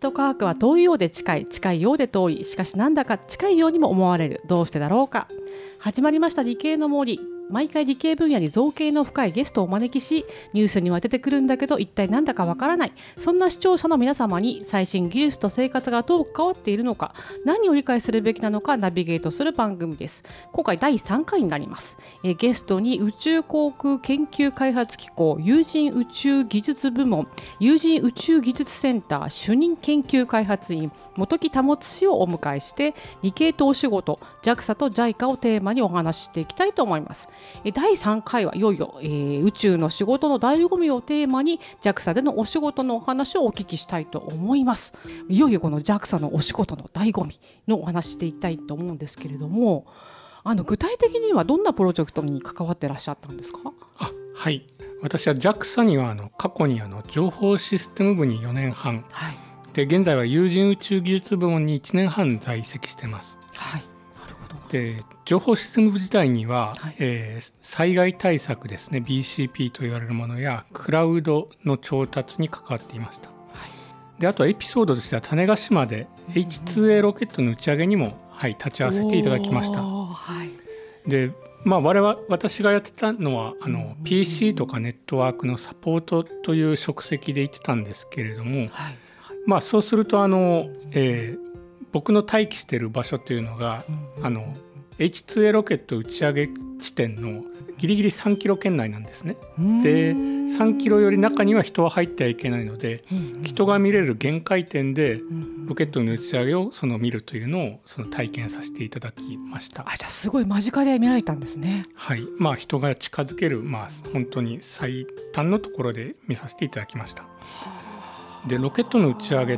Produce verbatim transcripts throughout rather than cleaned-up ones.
と科学は遠いようで近い、近いようで遠い、しかしなんだか近いようにも思われる。どうしてだろうか。始まりました理系の森。毎回理系分野に造形の深いゲストをお招きし、ニュースには出てくるんだけど一体なんだかわからない、そんな視聴者の皆様に最新技術と生活がどう関わっているのか、何を理解するべきなのかナビゲートする番組です。今回だいさんかいになります。えゲストに宇宙航空研究開発機構有人宇宙技術部門有人宇宙技術センター主任研究開発員本木保氏をお迎えして、理系とお仕事 ジャクサ と ジャイカ をテーマにお話ししていきたいと思います。だいさんかいはいよいよ、えー、宇宙の仕事の醍醐味をテーマに ジャクサ でのお仕事のお話をお聞きしたいと思います。いよいよこの ジャクサ のお仕事の醍醐味のお話していきたいと思うんですけれども、あの具体的にはどんなプロジェクトに関わっていらっしゃったんですか？ あはい、私は ジャクサ にはあの過去にあの情報システム部によねんはん、はい、で現在は有人宇宙技術部門にいちねんはん在籍しています。はい、で情報システム部時代には、はい、えー、災害対策ですね ビーシーピー と言われるものやクラウドの調達に関わっていました。はい、であとはエピソードとしては種子島で エイチツーエー ロケットの打ち上げにも、はい、立ち会わせていただきました。はい、でまあ、我々私がやってたのはあの ピーシー とかネットワークのサポートという職責で行ってたんですけれども、はい、まあ、そうするとあの、えー、僕の待機している場所というのが、あの エイチツーエー ロケット打ち上げ地点のギリギリさんキロ圏内なんですね。でさんキロより中には人は入ってはいけないので、人が見れる限界点でロケットの打ち上げをその見るというのをその体験させていただきました。 あ、じゃあすごい間近で見られたんですね。 はい、まあ、人が近づける、まあ、本当に最短のところで見させていただきました。でロケットの打ち上げって、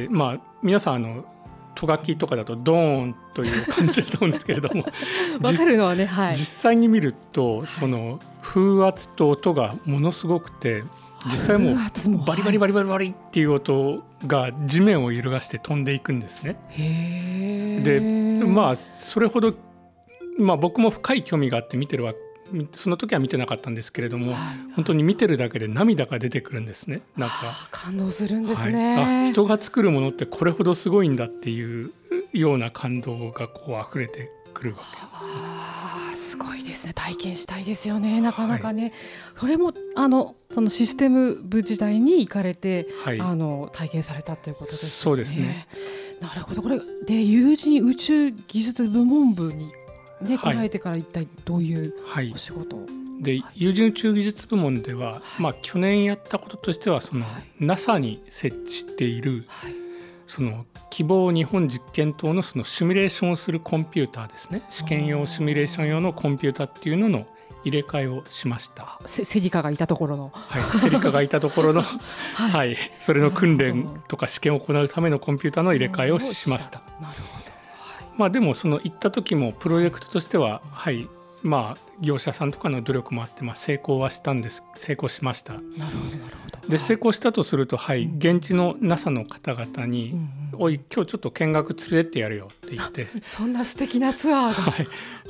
まあ、皆さんあのト書きとかだとドーンという感じだと思うんですけれども分かるのはね、はい、 実際に見るとその風圧と音がものすごくて、実際もうバリバリバリバリバリっていう音が地面を揺るがして飛んでいくんですね。へー。でまあそれほど、まあ、僕も深い興味があって見てるわその時は見てなかったんですけれども、はい、本当に見てるだけで涙が出てくるんですね。なんか感動するんですね。 はい、あ、人が作るものってこれほどすごいんだっていうような感動がこう溢れてくるわけですね。 あ、すごいですね。体験したいですよね、なかなかね。はい、それもあのそのシステム部時代に行かれて、はい、あの体験されたということですね。 そうですね。 なるほど。これで有人宇宙技術部門部にね、来られてから一体どういうお仕事を、はい、 で有人宇宙技術部門では、はい、まあ、去年やったこととしてはその、はい、ナサ に設置している、はい、その希望日本実験棟のそのシミュレーションをするコンピューターですね。試験用シミュレーション用のコンピューターっていうのの入れ替えをしました。 セリカがいたところの、 はい、セリカがいたところの、はいはい、それの訓練とか試験を行うためのコンピューターの入れ替えをしました。なるほど。まあ、でもその行った時もプロジェクトとしては、はい、まあ、業者さんとかの努力もあって、まあ、成功はしたんです成功しました。なるほどなるほど。で成功したとすると、はい、現地の ナサ の方々に、うんうん、おい今日ちょっと見学連れてってやるよって言ってそんな素敵なツアーが、 はい、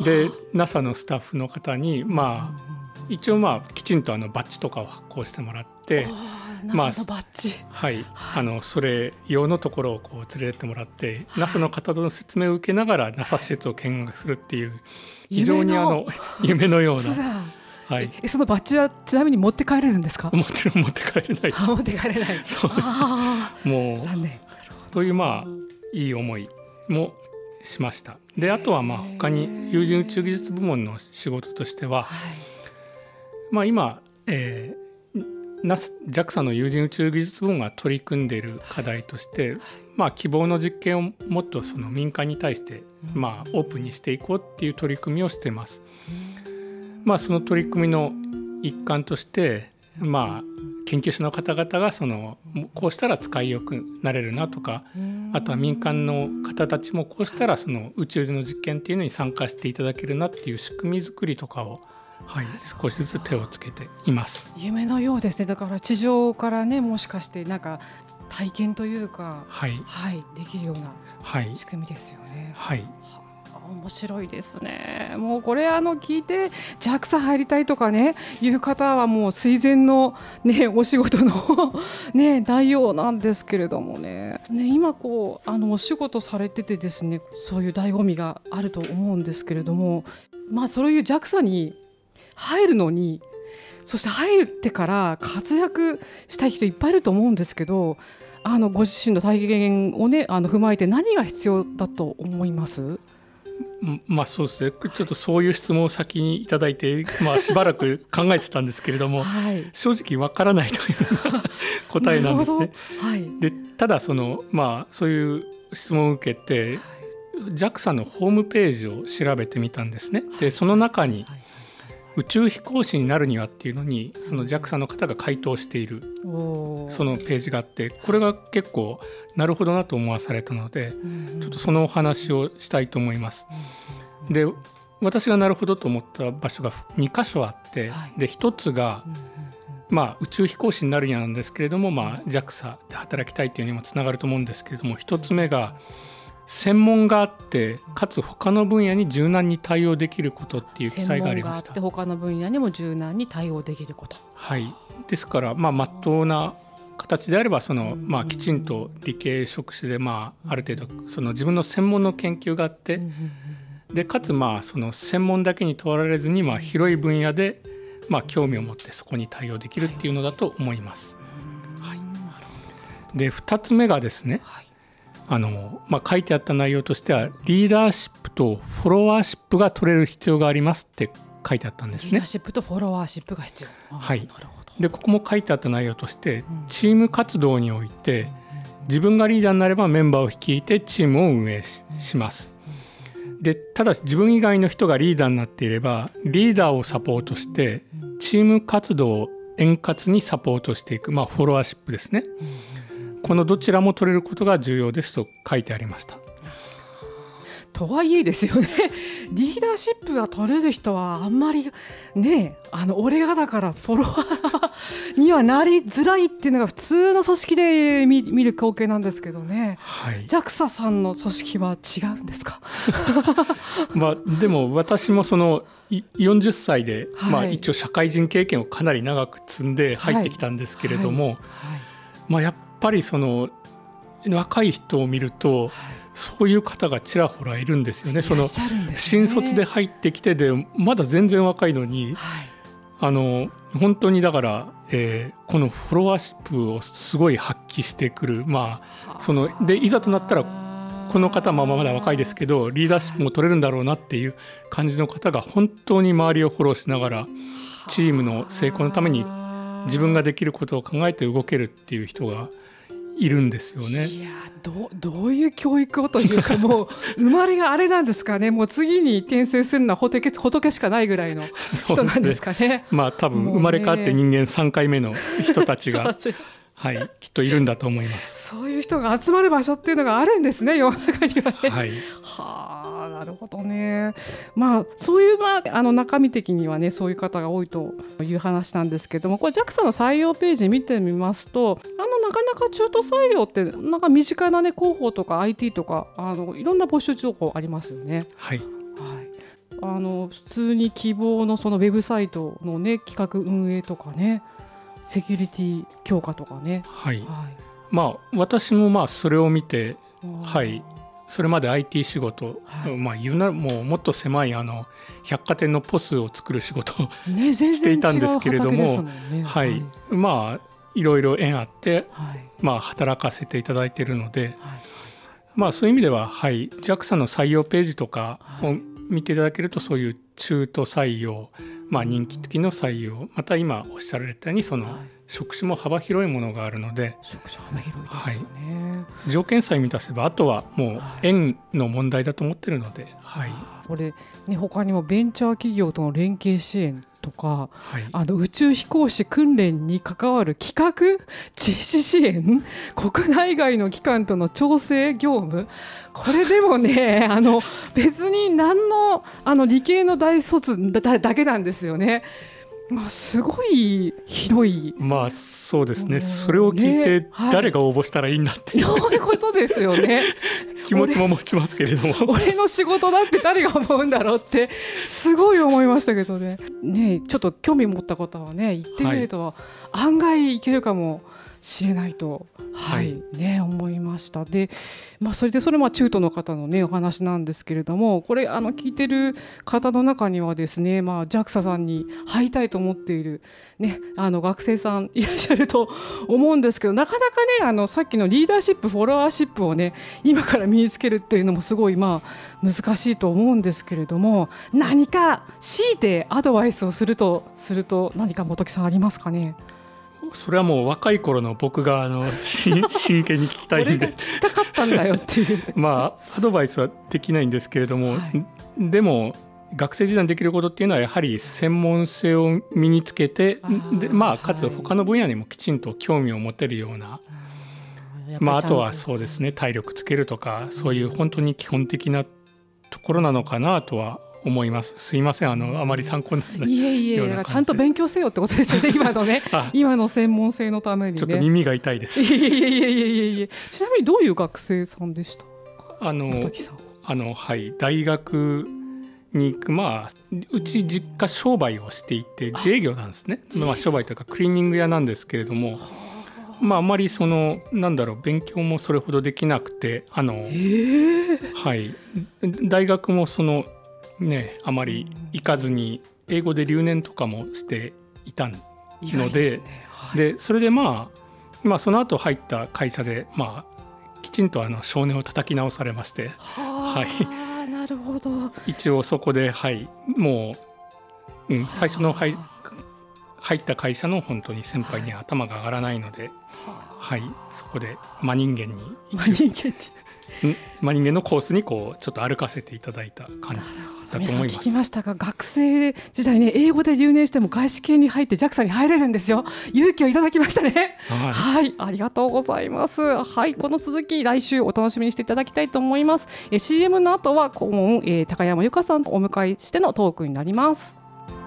で ナサ のスタッフの方に、まあ、一応まあきちんとあのバッジとかを発行してもらって、 まあ、ナサ のバッジ、 はい、あのそれ用のところをこう連れてってもらって、はい、ナサ の方との説明を受けながら ナサ 施設を見学するっていう非常にあの夢のような、はい、 えそのバッジはちなみに持って帰れるんですか？ もちろん持って帰れない。 持って帰れない。 そうもう残念というまあいい思いもしました。であとはまあ他に有人宇宙技術部門の仕事としては、はい、まあ、今、えー、ナサ ジャクサ の有人宇宙技術部門が取り組んでいる課題として、はい、まあ、希望の実験をもっとその民間に対して、まあ、オープンにしていこうっていう取り組みをしています。まあ、その取り組みの一環として、まあ、研究者の方々がそのこうしたら使いよくなれるなとか、あとは民間の方たちもこうしたらその宇宙での実験っていうのに参加していただけるなっていう仕組み作りとかを、はい、少しずつ手をつけています。 夢のようですね。だから地上からね、もしかしてなんか体験というか、はいはい、できるような仕組みですよね。 はい、はい、 面白いですね。もうこれあの聞いて ジャクサ 入りたいとかねいう方はもう垂涎の、ね、お仕事の、ね、内容なんですけれども ね, ね今こうあのお仕事されててですね、そういう醍醐味があると思うんですけれども、まあそういう ジャクサ に入るのに、そして入ってから活躍したい人いっぱいいると思うんですけど、あのご自身の体験を、ね、あの踏まえて何が必要だと思います？ まあそうですね、ちょっとそういう質問を先にいただいて、まあ、しばらく考えてたんですけれども、はい、正直わからないという答えなんですね。はい、でただその、まあ、そういう質問を受けて ジャクサ のホームページを調べてみたんですね。でその中に宇宙飛行士になるにはっていうのにその ジャクサ の方が回答しているそのページがあって、これが結構なるほどなと思わされたので、ちょっとそのお話をしたいと思います。で私がなるほどと思った場所がにか所あって、でひとつが、まあ、宇宙飛行士になるにはなんですけれども、まあ、ジャクサ で働きたいというにもつながると思うんですけれども、ひとつめが専門があってかつ他の分野に柔軟に対応できることっていう記載がありました。 専門があって他の分野にも柔軟に対応できること、 はい、ですから、まあ、真っ当な形であればその、まあ、きちんと理系職種で、まあ、ある程度その自分の専門の研究があって、でかつ、まあ、その専門だけにとらわれずに、まあ、広い分野で、まあ、興味を持ってそこに対応できるっていうのだと思います。はい、でふたつめがですね、はい、あのまあ、書いてあった内容としてはリーダーシップとフォロワーシップが取れる必要がありますって書いてあったんですね。 リーダーシップとフォロワーシップが必要。 はい、なるほど。でここも書いてあった内容としてチーム活動において自分がリーダーになればメンバーを率いてチームを運営 し, します。でただし自分以外の人がリーダーになっていればリーダーをサポートしてチーム活動を円滑にサポートしていく、まあ、フォロワーシップですね。このどちらも取れることが重要ですと書いてありました。 とはいえですよね、リーダーシップが取れる人はあんまりね、あの俺がだからフォロワーにはなりづらいっていうのが普通の組織で 見, 見る光景なんですけどね、はい、ジャクサ さんの組織は違うんですか？ まあ、でも私もそのよんじゅっさいで、はい、まあ、一応社会人経験をかなり長く積んで入ってきたんですけれども、はいはいはい、まあ、やっぱりその若い人を見ると、はい、そういう方がちらほらいるんですよね。その新卒で入ってきてでまだ全然若いのに、はい、あの本当にだから、えー、このフォロワーシップをすごい発揮してくる、まあ、そのでいざとなったらこの方もまだ若いですけどリーダーシップも取れるんだろうなっていう感じの方が本当に周りをフォローしながらチームの成功のために自分ができることを考えて動けるっていう人がいるんですよね。 いや ど, どういう教育をというかもう生まれがあれなんですかね、もう次に転生するのは 仏, 仏しかないぐらいの人なんですか ね, ねまあ多分生まれ変わって人間さんかいめの人たちがはい、きっといるんだと思います。 そういう人が集まる場所っていうのがあるんですね、世の中にはね。 はい、 はあ、なるほどね。まあそういう、まあ、あの中身的にはねそういう方が多いという話なんですけども、これ ジャクサ の採用ページ見てみますと、あのなかなか中途採用ってなんか身近なね広報とか アイティー とかあのいろんな募集情報ありますよね。 はい、 はい、あの普通に希望のそのウェブサイトのね企画運営とかね、セキュリティ強化とかね、 はいはい、まあ、私もまあそれを見て、はい、それまで アイティー 仕事、はい、まあ、言うならもうもっと狭いあの百貨店のポスを作る仕事を、ね、していたんですけれども、ね、はいはい、まあいろいろ縁あって、はい、まあ、働かせていただいているので、はい、まあ、そういう意味では、はい、ジャクサ の採用ページとかを見ていただけると、そういう中途採用、まあ、任期付きの採用、また今おっしゃられたようにその職種も幅広いものがあるので、 職種幅広いですよね、 はい、条件さえ満たせばあとはもう縁の問題だと思っているので、はい、 これ、ね、他にもベンチャー企業との連携支援とか、はい、あの宇宙飛行士訓練に関わる企画実施支援、国内外の機関との調整業務、これでもねあの別に何 の, あの理系の大卒 だ, だけなんですよね。まあ、すごい広い、 まあそうですね、それを聞いて誰が応募したらいいんだって、 ね、はい、そういうことですよね気持ちも持ちますけれども俺の仕事だって誰が思うんだろうってすごい思いましたけどね。ね、ちょっと興味持った方はね行ってみると案外いけるかもしれないと、はいはいね、思いました。で、まあ、それでそれは中途の方の、ね、お話なんですけれども、これあの聞いてる方の中にはですね、まあ、ジャクサ さんに入りたいと思っている、ね、あの学生さんいらっしゃると思うんですけど、なかなかねあのさっきのリーダーシップフォロワーシップをね今から身につけるっていうのもすごい、まあ、難しいと思うんですけれども、何か強いてアドバイスをするとすると何か本木さんありますかね。 それはもう若い頃の僕があの真剣に聞きたいんで俺が聞きたかったんだよっていうまあアドバイスはできないんですけれども、はい、でも学生時代にできることっていうのはやはり専門性を身につけて、で、まあ、かつ他の分野にもきちんと興味を持てるような、まあ、あとはそうですね、体力つけるとかそういう本当に基本的なところなのかなとは思います。すいません、あのあまり参考にならないいえいえ、ちゃんと勉強せよってことですよね今のね今の専門性のためにね。 ちょっと耳が痛いです。 いえいえいえいえいえ。ちなみにどういう学生さんでした？ あのあの、はい、大学に行く、まあ、うち実家商売をしていて自営業なんですね。まあ、商売というかクリーニング屋なんですけれども、まあ、あまりそのなんだろう勉強もそれほどできなくて、あの、はい、大学もそのね、あまり行かずに英語で留年とかもしていたので、ね、はい、でそれで、まあ、まあその後入った会社で、まあ、きちんとあの少年を叩き直されまして、 は、はい、なるほど。 一応そこで、はい、もう、うん、最初の入った会社の本当に先輩には頭が上がらないので、はい、そこで真人間に真人間に真人間のコースにこうちょっと歩かせていただいた感じだと思います。 皆さん聞きましたが、学生時代ね英語で留年しても外資系に入って ジャクサ に入れるんですよ。勇気をいただきましたね。はい、はい、ありがとうございます。はい、この続き来週お楽しみにしていただきたいと思います。え シーエム の後は顧問、えー、高山由香さんをお迎えしてのトークになります。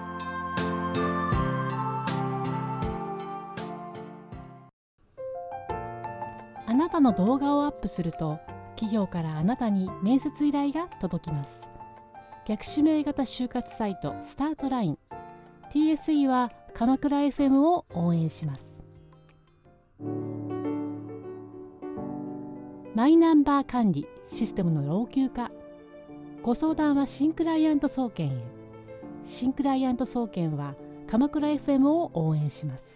あなたの動画をアップすると企業からあなたに面接依頼が届きます。逆指名型就活サイトスタートライン ティーエスイー は鎌倉 エフエム を応援します。マイナンバー管理システムの老朽化、ご相談は新クライアント総研へ。新クライアント総研は鎌倉 エフエム を応援します。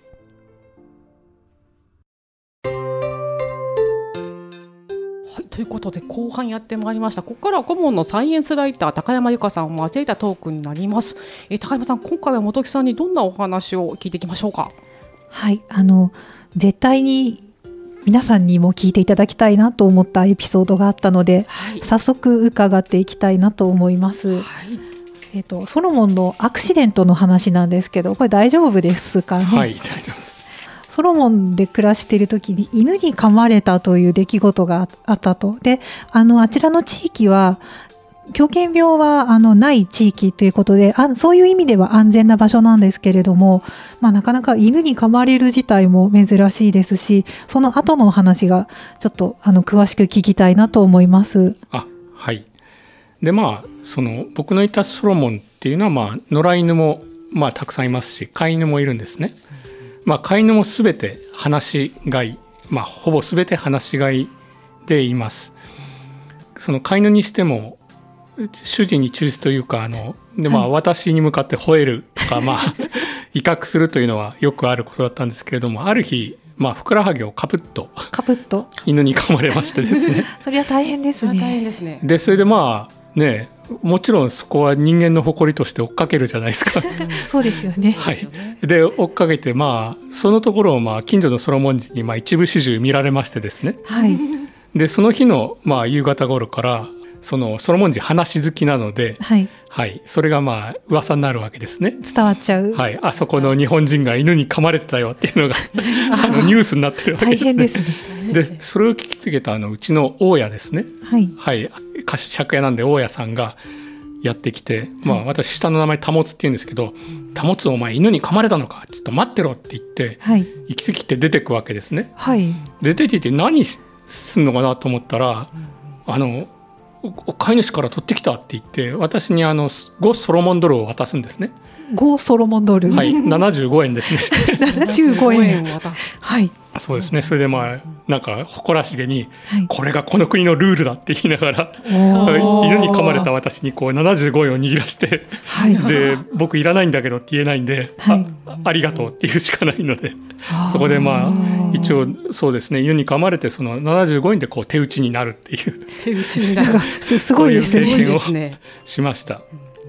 はい、ということで後半やってまいりました。ここからは顧問のサイエンスライター高山由香さんを交えたトークになります。えー、高山さん、今回は本木さんにどんなお話を聞いていきましょうか。 はい、あの絶対に皆さんにも聞いていただきたいなと思ったエピソードがあったので、はい、早速伺っていきたいなと思います。はい、えーと、ソロモンのアクシデントの話なんですけど、これ大丈夫ですかね。 はい、大丈夫です。 ソロモンで暮らしている時に犬に噛まれたという出来事があったと。で、あのあちらの地域は狂犬病はあのない地域ということで、あそういう意味では安全な場所なんですけれども、まあ、なかなか犬に噛まれる自体も珍しいですし、その後のお話がちょっとあの詳しく聞きたいなと思います。 あ、はい。で、まあその僕のいたソロモンっていうのは、まあ、野良犬もまあたくさんいますし、飼い犬もいるんですね。まあ、飼い犬もすべて放し飼い、まあ、ほぼすべて放し飼いでいます。その飼い犬にしても主人に忠実というか、あので、まあ、私に向かって吠えるとか、まあ、威嚇するというのはよくあることだったんですけれども、ある日、まあ、ふくらはぎをカプッとカプッと犬に噛まれましてですねそれは大変ですね。 大変ですね。 でそれでまあね、もちろんそこは人間の誇りとして追っかけるじゃないですか、うん、 そうですよね。 はい、で追っかけて、まあ、そのところをまあ近所のソロモン人にまあ一部始終見られましてですね、 はい、 でその日のまあ夕方頃からそのソロモン人話好きなので、はいはい、それがまあ噂になるわけですね。 伝わっちゃう、 はい、あそこの日本人が犬に噛まれてたよっていうのがあのニュースになってるわけですね。 大変ですね。 でそれを聞きつけたあのうちの大家ですね、はいはい、借家なんで大家さんがやってきて、まあ、私下の名前保つって言うんですけど、保つお前犬に噛まれたのか、ちょっと待ってろって言って、はい、行き過ぎて出てくわけですね。はい、出てきて何すんのかなと思ったら、 あの飼い主から取ってきたって言って私にあのごソロモンドルを渡すんですね。 ごソロモンドル、 はい、ななじゅうごえんですね。 ななじゅうごえんを渡す。 はい、 そうですね。それでまあなんか誇らしげに、はい、これがこの国のルールだって言いながら犬に噛まれた私にこうななじゅうごえんを握らして、はい、で僕いらないんだけどって言えないんで、はい、あ, ありがとうって言うしかないので、そこでまあ一応そうですね、犬に噛まれてそのななじゅうごえんでこう手打ちになるっていう手打ちになるすごいですね。 そういう経験をしました。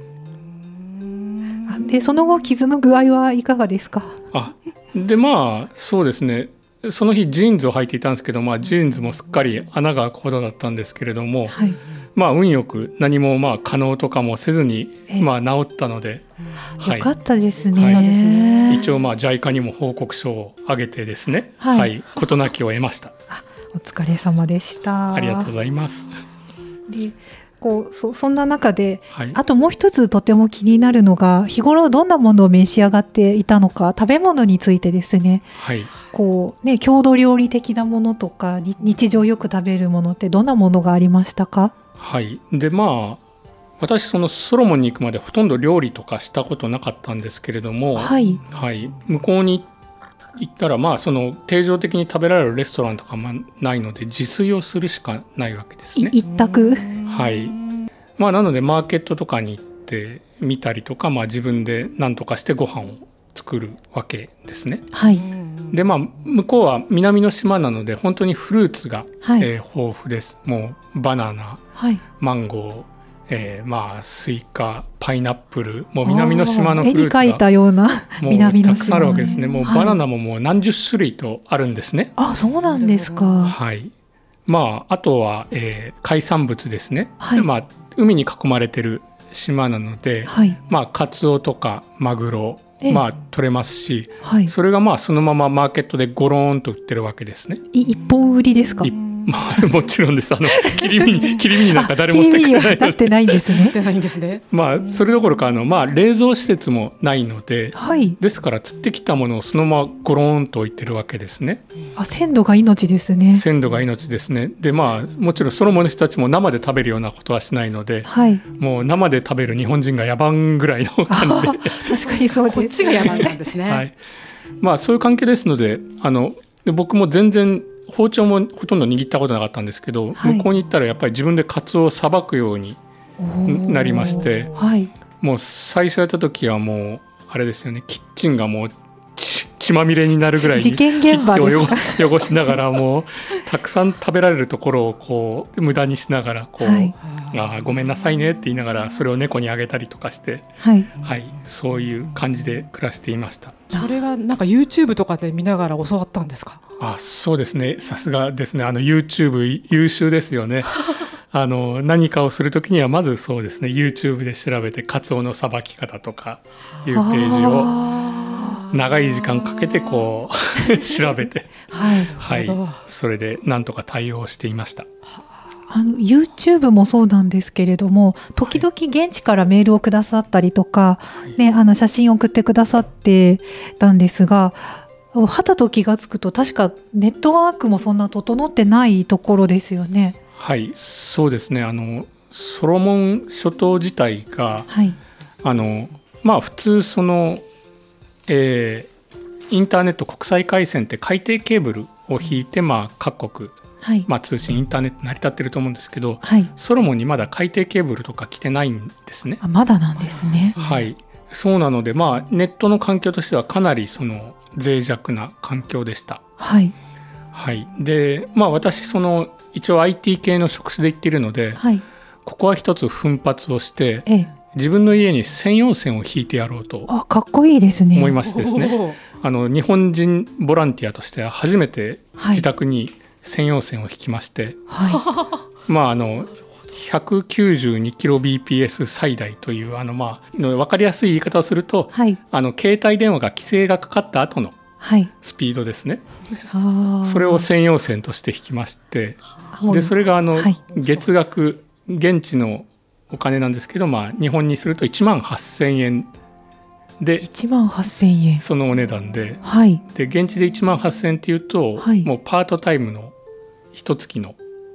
でその後傷の具合はいかがですか？ あでまあそうですね、その日ジーンズを履いていたんですけど、まあ、ジーンズもすっかり穴が開くほどだったんですけれども、はい、まあ運よく何もまあ可能とかもせずにまあ治ったので、 はい、よかったですね、 はい、一応まあ ジャイカ にも報告書を上げてですね、はいはい、事なきを得ました。 あお疲れ様でした。 ありがとうございます。 でこう そ, そんな中で、はい、あともう一つとても気になるのが日頃どんなものを召し上がっていたのか、食べ物についてですね、はい、こうね郷土料理的なものとか日常よく食べるものってどんなものがありましたか？ はいでまあ私そのソロモンに行くまでほとんど料理とかしたことなかったんですけれども、はいはい、向こうに行ったらまあその定常的に食べられるレストランとかもないので自炊をするしかないわけですね。 一択。 はいまあ、なのでマーケットとかに行ってみたりとか、まあ、自分で何とかしてご飯を作るわけですね。はいでまあ、向こうは南の島なので本当にフルーツが、はいえー、豊富です。もうバナナ、はい、マンゴー、えーまあ、スイカ、パイナップル、もう南の島のフルーツが絵に描いたような南の島もうたくさんあるわけですね。もうバナナももう何十種類とあるんですね。 はい、あそうなんですか。 はいまあ、あとは、えー、海産物ですね、はいまあ、海に囲まれてる島なので、はいまあ、カツオとかマグロ、まあ、取れますし、はい、それがまあそのままマーケットでゴローンと売ってるわけですね。 一本売りですか？ まあ、もちろんです。あの切り身に切り身になんか誰もしてくれないので、切り身にはなってないんですね。 ないんですね。 まあそれどころかあの、まあ、冷蔵施設もないので、はい、ですから釣ってきたものをそのままゴローンと置いてるわけですね。 あ鮮度が命ですね。 鮮度が命ですね。でまあもちろんソロモンの人たちも生で食べるようなことはしないので、はい、もう生で食べる日本人が野蛮ぐらいの感じで確かにそうです。 こっちが野蛮なんですね。 はいまあ、そういう関係ですので、あので僕も全然包丁もほとんど握ったことなかったんですけど、はい、向こうに行ったらやっぱり自分でカツオをさばくようになりまして、はい、もう最初やった時はもうあれですよね、キッチンがもう 血, 血まみれになるぐらいに事件現場ですか？ キッチンを汚しながらもうたくさん食べられるところをこう無駄にしながらこう、はい、あごめんなさいねって言いながらそれを猫にあげたりとかして、はいはい、そういう感じで暮らしていました。 それがなんか YouTube とかで見ながら教わったんですか？ あそうですね、さすがですね。あの YouTube 優秀ですよね。あの何かをするときにはまずそうですね YouTube で調べてカツオのさばき方とかいうページを長い時間かけてこう調べて、はいはい、それでなんとか対応していました。 あの YouTube もそうなんですけれども、時々現地からメールをくださったりとか、はいね、あの写真を送ってくださってたんですが、はたと気がつくと確かネットワークもそんな整ってないところですよね。 はいそうですね。あのソロモン諸島自体が、はいあのまあ、普通その、えー、インターネット国際回線って海底ケーブルを引いて、まあ、各国はいまあ、通信インターネット成り立ってると思うんですけど、はい、ソロモンにまだ海底ケーブルとか来てないんですね。 あまだなんですね。 はいそうなので、まあ、ネットの環境としてはかなりその脆弱な環境でした。はいはいでまあ、私その一応 アイティー 系の職種で行っているので、はい、ここは一つ奮発をして、ええ、自分の家に専用線を引いてやろうとあかっこいいですね思いましてですね、あの日本人ボランティアとしては初めて自宅に専用線を引きまして、はいまあ、あの ひゃくきゅうじゅうにキロビーピーエス 最大というあの、まあ、分かりやすい言い方をすると、はい、あの携帯電話が規制がかかった後のスピードですね、はい、それを専用線として引きまして、でそれがあの、はい、月額現地のお金なんですけど、まあ、日本にするといちまんはっせんえんでいちまんはっせんえんそのお値段 で,、はい、で現地でいちまんはっせんえんっていうと、はい、もうパートタイムの一月の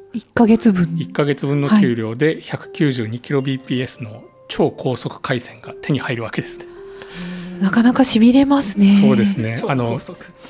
いっかげつぶんいっかげつぶんの給料で ひゃくきゅうじゅうにキロビーピーエス の超高速回線が手に入るわけですね。 なかなかしびれますね。 そうですね。あの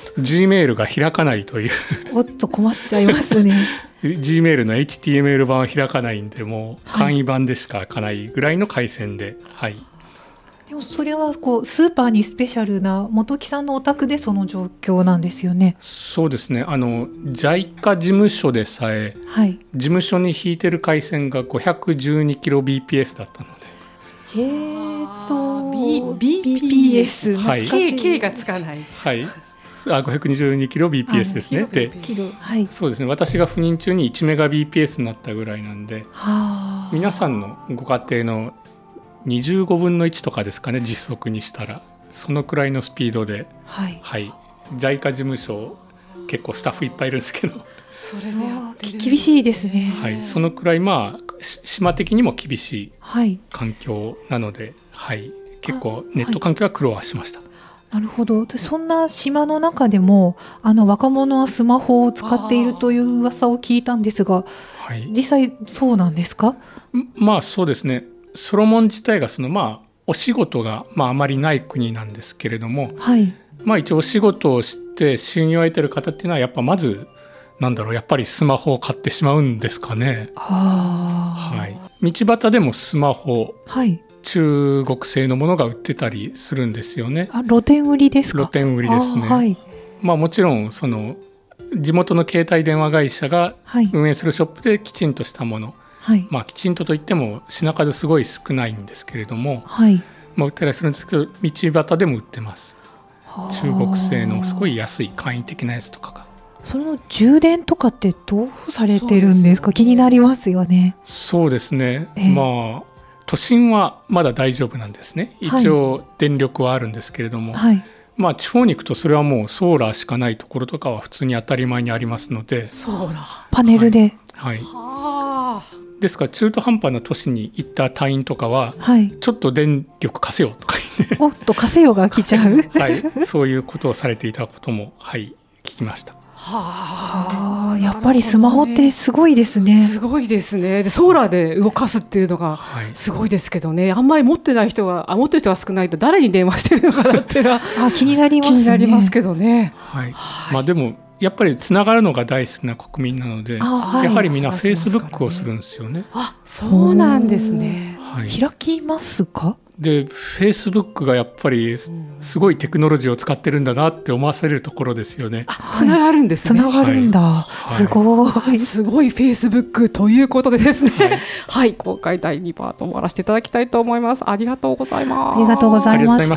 Gmail が開かないというおっと困っちゃいますね Gmail の エイチティーエムエル 版は開かないんで、もう簡易版でしか開かないぐらいの回線で、はい、 でもそれはこうスーパーにスペシャルな本木さんのお宅でその状況なんですよね。 そうですね。あの ジャイカ 事務所でさえ、はい、事務所に引いてる回線が ごひゃくじゅうにキロビーピーエス だったので、 へーとビーピーエス、 はい、 K, K がつかない、 はい、あ ごひゃくにじゅうにキロビーピーエス ですね。で、はい、そうですね。私が赴任中にいちメガビーピーエス になったぐらいなんで、は皆さんのご家庭のにじゅうごぶんのいちとかですかね、実測にしたらそのくらいのスピードで、はいはい、ジャイカ 事務所結構スタッフいっぱいいるんですけど、 それでやってる厳しいですね、 はい、そのくらい、まあ、島的にも厳しい環境なので、はいはい、結構ネット環境は苦労はしました。 なるほど。でそんな島の中でもあの若者はスマホを使っているという噂を聞いたんですが、はい、実際そうなんですか？ まあそうですね。ソロモン自体がその、まあ、お仕事が、まあ、あまりない国なんですけれども、はいまあ、一応お仕事をして収入を得ている方っていうのはやっぱまずなんだろう、やっぱりスマホを買ってしまうんですかね。あ、はい、道端でもスマホ、はい、中国製のものが売ってたりするんですよね。 あ、露店売りですか？ 露店売りですね。はい、まあ、もちろんその地元の携帯電話会社が運営するショップできちんとしたもの、はいまあ、きちんとといっても品数すごい少ないんですけれども、はいまあ、売ったりするんですけど、道端でも売ってます。中国製のすごい安い簡易的なやつとかが。 その充電とかってどうされてるんですか？気になりますよね。 そうですね、えー、まあ都心はまだ大丈夫なんですね。一応電力はあるんですけれども、はいまあ、地方に行くとそれはもうソーラーしかないところとかは普通に当たり前にありますので、 ソーラーパネルで、 はい、はい、ですから中途半端な都市に行った隊員とかは、はい、ちょっと電力貸せよとか言っておっと貸せよが来ちゃう、 はい、そういうことをされていたことも、はい、聞きました。 はあ、やっぱりスマホってすごいですね。 すごいですね。でソーラーで動かすっていうのがすごいですけどね、はい、あんまり持ってない人があ持ってる人が少ないと誰に電話してるのかなっていうのはあ気になりますね。 気になりますけどね、 はいはい、まあ、でもやっぱりつながるのが大好きな国民なので、はい、やはりみんなフェイスブックをするんですよね。 あ、そうなんですね、 はい、開きますか？ でフェイスブックがやっぱりすごいテクノロジーを使ってるんだなって思わせるところですよね。 あ、つながるんですね。 つながるんだ、はい、すごい、 はい、すごいフェイスブックということでですね、はい、はい、公開だいにパート終わらせていただきたいと思います。ありがとうございます。 ありがとうございました。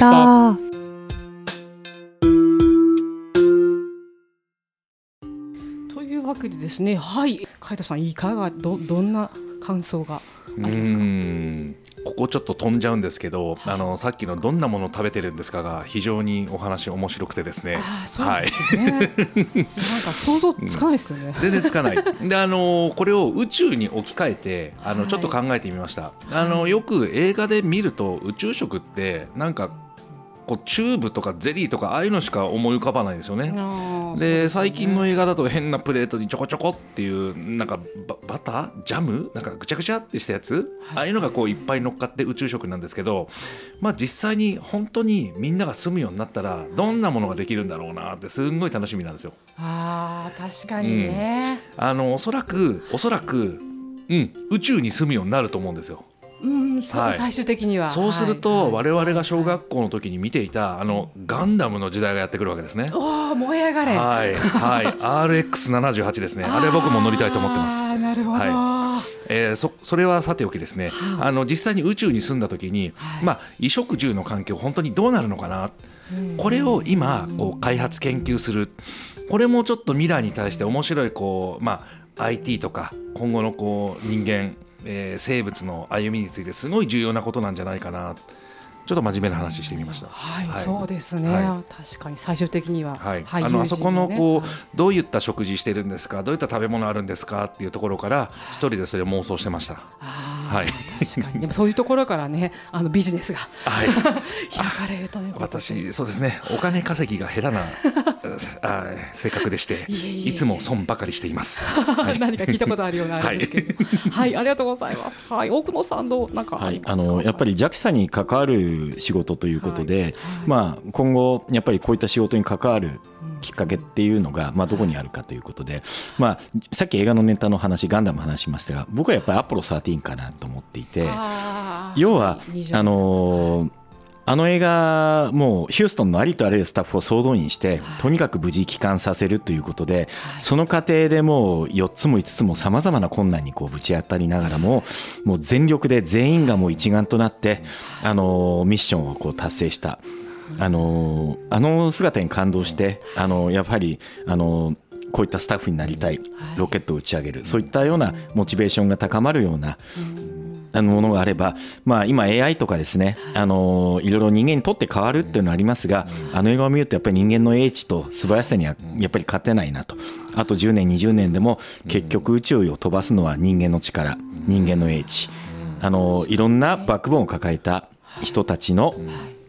というわけでですね、はい、海人さんいかが ど, どんな感想がありますか？うーんここちょっと飛んじゃうんですけど、あのさっきのどんなものを食べてるんですかが非常にお話面白くてですね。 あ、そうですね、はい、なんか想像つかないですよね、うん、 全然つかないで、あのこれを宇宙に置き換えてあのちょっと考えてみました、はい、あのよく映画で見ると宇宙食ってなんかこうチューブとかゼリーとかああいうのしか思い浮かばないですよね。で、最近の映画だと変なプレートにちょこちょこっていうなんか バ, バタージャムなんかぐちゃぐちゃってしたやつ、はい、ああいうのがこういっぱい乗っかって宇宙食なんですけど、まあ、実際に本当にみんなが住むようになったらどんなものができるんだろうなってすんごい楽しみなんですよ。 あ、確かにね、 うん、あのおそらくおそらく、うん、宇宙に住むようになると思うんですよ。 うん、はい、最終的にはそうすると、はい、我々が小学校の時に見ていたあのガンダムの時代がやってくるわけですね。 おー、燃え上がれ、 はいはい、アールエックスななじゅうはち ですね。あれ僕も乗りたいと思ってます。 あ、なるほど、 はい、えー、そ, それはさておきですね、はい、あの実際に宇宙に住んだ時に、はい、まあ、衣食住の環境本当にどうなるのかな、これを今こう開発研究する、これもちょっと未来に対して面白いこう、まあ、アイティー とか今後のこう人間えー、生物の歩みについてすごい重要なことなんじゃないかな、ちょっと真面目な話してみました。 はい、はい、そうですね、はい、確かに最終的には、 はい、あのあそこのこう、はい、どういった食事してるんですか、どういった食べ物あるんですかっていうところから一人でそれを妄想してました。はい、 確かにでもそういうところからね、あのビジネスが、はい、開かれるということで、 私そうですね、お金稼ぎが下手なあ正確でしていえいえいえいつも損ばかりしています。 何か聞いたことあるようなあれですけど、はい、はい、ありがとうございます。はい、奥野さんどうなんかありますか。 はい、あのやっぱり ジャクサ に関わる仕事ということで、はいはい、まあ、今後やっぱりこういった仕事に関わるきっかけっていうのが、まあ、どこにあるかということで、まあ、さっき映画のネタの話ガンダム話しましたが、僕はやっぱりアポロじゅうさんかなと思っていて、要はあのーあの映画もうヒューストンのありとあらゆるスタッフを総動員してとにかく無事帰還させるということで、その過程でもうよっつもいつつもさまざまな困難にこうぶち当たりながらももう全力で全員がもう一丸となってあのミッションをこう達成した、あのあの姿に感動して、あのやっぱりあのこういったスタッフになりたい、ロケットを打ち上げる、そういったようなモチベーションが高まるようなあのものがあれば、まあ、今 エーアイ とかですね、あのいろいろ人間にとって変わるっていうのはありますが、あの映画を見るとやっぱり人間の英知と素早さにはやっぱり勝てないなと。あとじゅうねんにじゅうねんでも結局宇宙を飛ばすのは人間の力、人間の英知、あのいろんなバックボーンを抱えた人たちの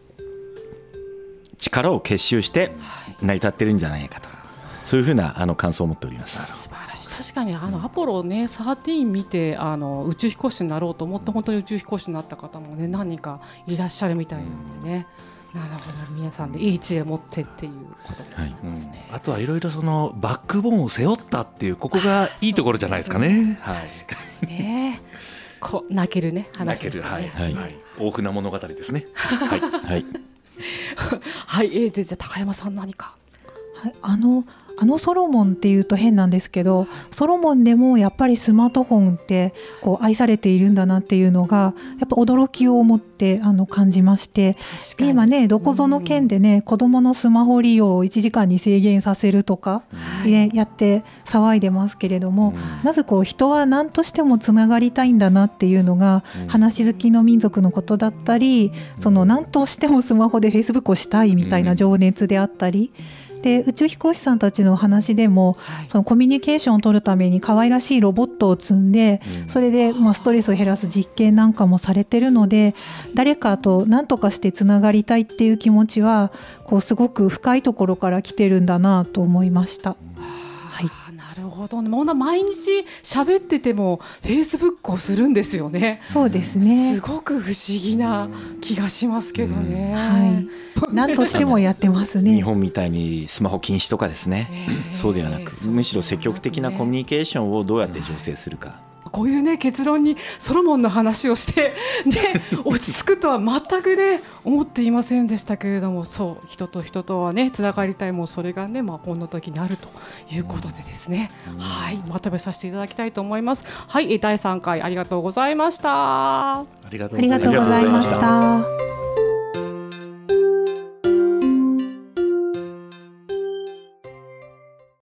力を結集して成り立ってるんじゃないかと、そういうふうなあの感想を持っております。 確かにあのアポロねじゅうさん見てあの宇宙飛行士になろうと思って本当に宇宙飛行士になった方もね何人かいらっしゃるみたいなのでね、なるほど、皆さんでいい知恵を持ってっていうことになりますね、 はい、うん、あとはいろいろそのバックボーンを背負ったっていうここがいいところじゃないですかね。はい、 確かにねこう泣けるね話ですね。 泣ける、はいはい、大船物語ですね。はいはいはい、えー、でじゃあ高山さん何か。 はい、あのあのソロモンっていうと変なんですけど、ソロモンでもやっぱりスマートフォンってこう愛されているんだなっていうのがやっぱ驚きを持ってあの感じまして、今ねどこぞの県でね、うん、子どものスマホ利用をいちじかんに制限させるとか、うん、ね、やって騒いでますけれども、うん、まずこう人は何としてもつながりたいんだなっていうのが、うん、話好きの民族のことだったり、うん、その何としてもスマホでフェイスブックをしたいみたいな情熱であったり、で宇宙飛行士さんたちの話でも、はい、そのコミュニケーションを取るために可愛らしいロボットを積んで、うん、それでまあストレスを減らす実験なんかもされてるので、誰かと何とかしてつながりたいっていう気持ちはこうすごく深いところから来てるんだなと思いました。はい、 なるほどね。もう毎日喋っててもフェイスブックをするんですよね。 そうですね。 すごく不思議な気がしますけどね、うん、 はい、何としてもやってますね。 日本みたいにスマホ禁止とかですね、えー、そうではなく、むしろ積極的なコミュニケーションをどうやって醸成するか、 こういうね結論にソロモンの話をしてで落ち着くとは全くね思っていませんでしたけれども、そう人と人とはねつながりたい、もうそれがね魔法の時にあるということでですね、うん、はい、まとめさせていただきたいと思います。はい、だいさんかいありがとうございました。 ありがとうございました。